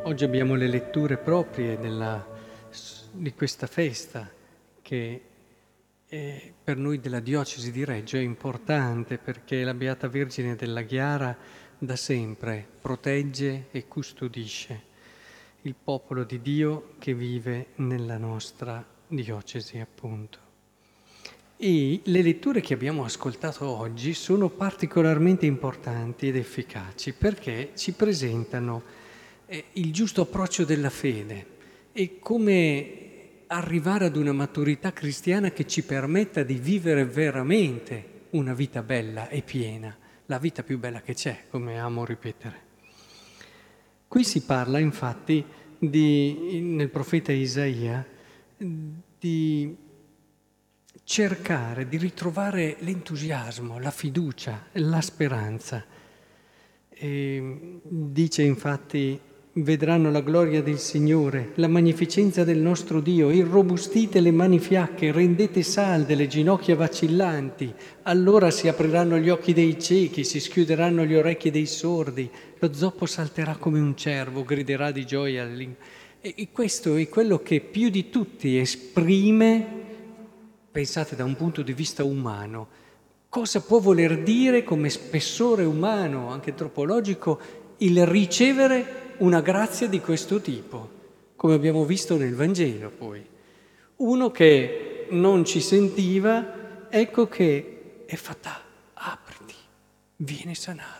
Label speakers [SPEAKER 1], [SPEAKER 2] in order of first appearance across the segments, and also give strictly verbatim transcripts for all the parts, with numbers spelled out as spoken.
[SPEAKER 1] Oggi abbiamo le letture proprie della, di questa festa che è, per noi della diocesi di Reggio è importante perché la Beata Vergine della Ghiara da sempre protegge e custodisce il popolo di Dio che vive nella nostra diocesi, appunto. E le letture che abbiamo ascoltato oggi sono particolarmente importanti ed efficaci perché ci presentano eh, il giusto approccio della fede e come arrivare ad una maturità cristiana che ci permetta di vivere veramente una vita bella e piena, la vita più bella che c'è, come amo ripetere. Qui si parla infatti di, nel profeta Isaia di cercare di ritrovare l'entusiasmo, la fiducia, la speranza. E dice infatti: vedranno la gloria del Signore, la magnificenza del nostro Dio, irrobustite le mani fiacche, rendete salde le ginocchia vacillanti, allora si apriranno gli occhi dei ciechi, si schiuderanno gli orecchi dei sordi, lo zoppo salterà come un cervo, griderà di gioia. E questo è quello che più di tutti esprime, pensate da un punto di vista umano, cosa può voler dire come spessore umano, anche antropologico, il ricevere una grazia di questo tipo, come abbiamo visto nel Vangelo poi. Uno che non ci sentiva, ecco che è fatta, apriti, viene sanato.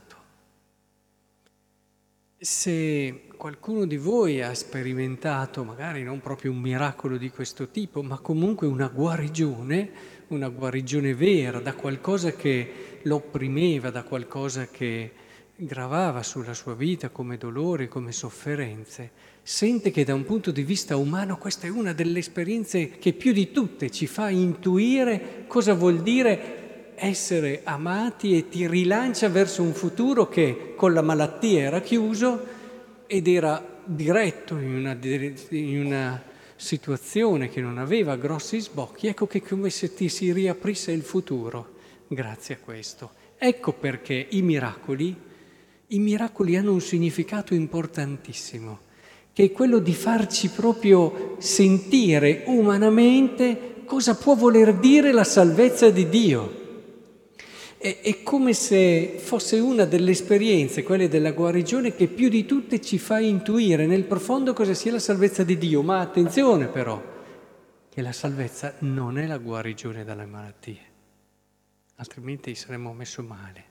[SPEAKER 1] Se qualcuno di voi ha sperimentato, magari non proprio un miracolo di questo tipo, ma comunque una guarigione, una guarigione vera da qualcosa che lo opprimeva, da qualcosa che gravava sulla sua vita come dolore, come sofferenze, sente che da un punto di vista umano questa è una delle esperienze che più di tutte ci fa intuire cosa vuol dire essere amati e ti rilancia verso un futuro che con la malattia era chiuso ed era diretto in una, in una situazione che non aveva grossi sbocchi. Ecco che è come se ti si riaprisse il futuro grazie a questo. Ecco perché i miracoli, i miracoli hanno un significato importantissimo, che è quello di farci proprio sentire umanamente cosa può voler dire la salvezza di Dio. È come se fosse una delle esperienze, quelle della guarigione, che più di tutte ci fa intuire nel profondo cosa sia la salvezza di Dio. Ma attenzione però, che la salvezza non è la guarigione dalle malattie, altrimenti saremmo messo male.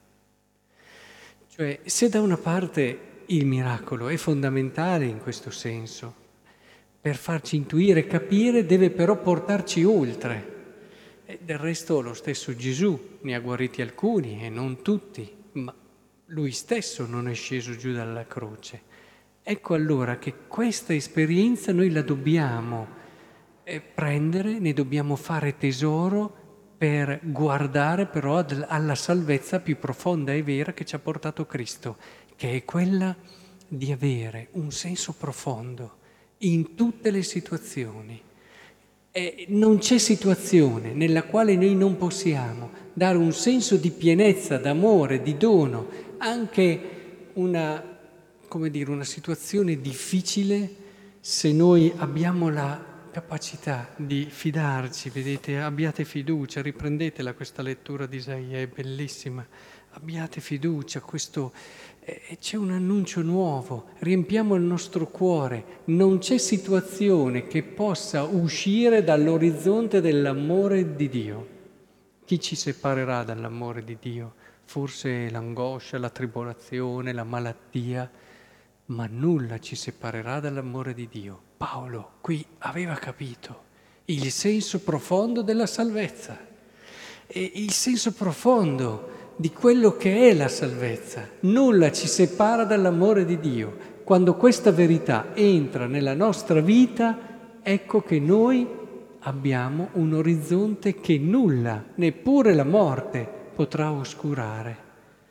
[SPEAKER 1] Cioè, se da una parte il miracolo è fondamentale in questo senso, per farci intuire e capire, deve però portarci oltre. E del resto lo stesso Gesù ne ha guariti alcuni e non tutti, ma lui stesso non è sceso giù dalla croce. Ecco allora che questa esperienza noi la dobbiamo eh, prendere, ne dobbiamo fare tesoro per guardare però ad, alla salvezza più profonda e vera che ci ha portato Cristo, che è quella di avere un senso profondo in tutte le situazioni. E non c'è situazione nella quale noi non possiamo dare un senso di pienezza, d'amore, di dono, anche una, come dire, una situazione difficile, se noi abbiamo la capacità di fidarci. Vedete, abbiate fiducia, riprendetela questa lettura di Isaia, è bellissima. Abbiate fiducia, questo eh, c'è un annuncio nuovo, riempiamo il nostro cuore, non c'è situazione che possa uscire dall'orizzonte dell'amore di Dio. Chi ci separerà dall'amore di Dio? Forse l'angoscia, la tribolazione, la malattia, ma nulla ci separerà dall'amore di Dio. Paolo qui aveva capito il senso profondo della salvezza e il senso profondo di quello che è la salvezza. Nulla ci separa dall'amore di Dio. Quando questa verità entra nella nostra vita, ecco che noi abbiamo un orizzonte che nulla, neppure la morte, potrà oscurare.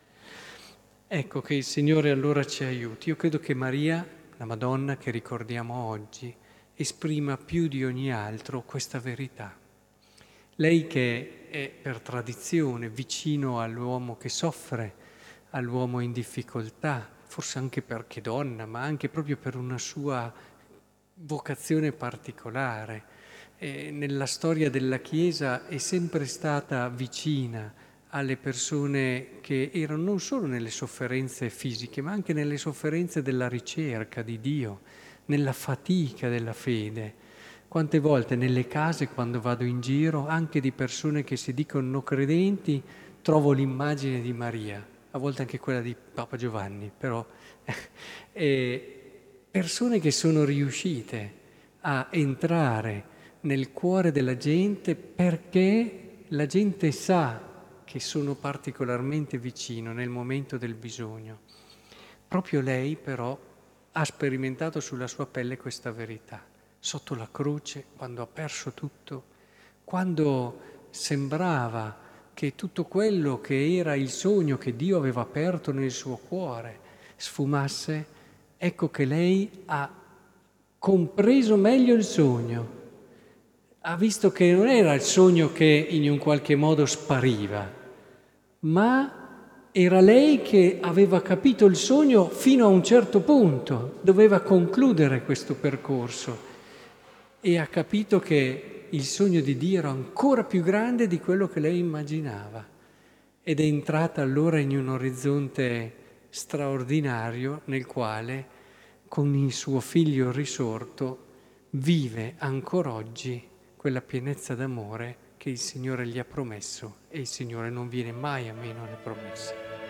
[SPEAKER 1] Ecco che il Signore allora ci aiuti. Io credo che Maria, la Madonna che ricordiamo oggi, esprima più di ogni altro questa verità. Lei che è per tradizione vicino all'uomo che soffre, all'uomo in difficoltà, forse anche perché donna, ma anche proprio per una sua vocazione particolare. E nella storia della Chiesa è sempre stata vicina alle persone che erano non solo nelle sofferenze fisiche, ma anche nelle sofferenze della ricerca di Dio, nella fatica della fede. Quante volte nelle case, quando vado in giro, anche di persone che si dicono non credenti, trovo l'immagine di Maria, a volte anche quella di Papa Giovanni, però e persone che sono riuscite a entrare nel cuore della gente perché la gente sa che sono particolarmente vicino nel momento del bisogno. Proprio lei però ha sperimentato sulla sua pelle questa verità. Sotto la croce, quando ha perso tutto, quando sembrava che tutto quello che era il sogno che Dio aveva aperto nel suo cuore sfumasse, ecco che lei ha compreso meglio il sogno. Ha visto che non era il sogno che in un qualche modo spariva, ma era lei che aveva capito il sogno fino a un certo punto, doveva concludere questo percorso e ha capito che il sogno di Dio era ancora più grande di quello che lei immaginava ed è entrata allora in un orizzonte straordinario nel quale con il suo figlio risorto vive ancora oggi quella pienezza d'amore che il Signore gli ha promesso e il Signore non viene mai a meno alle promesse.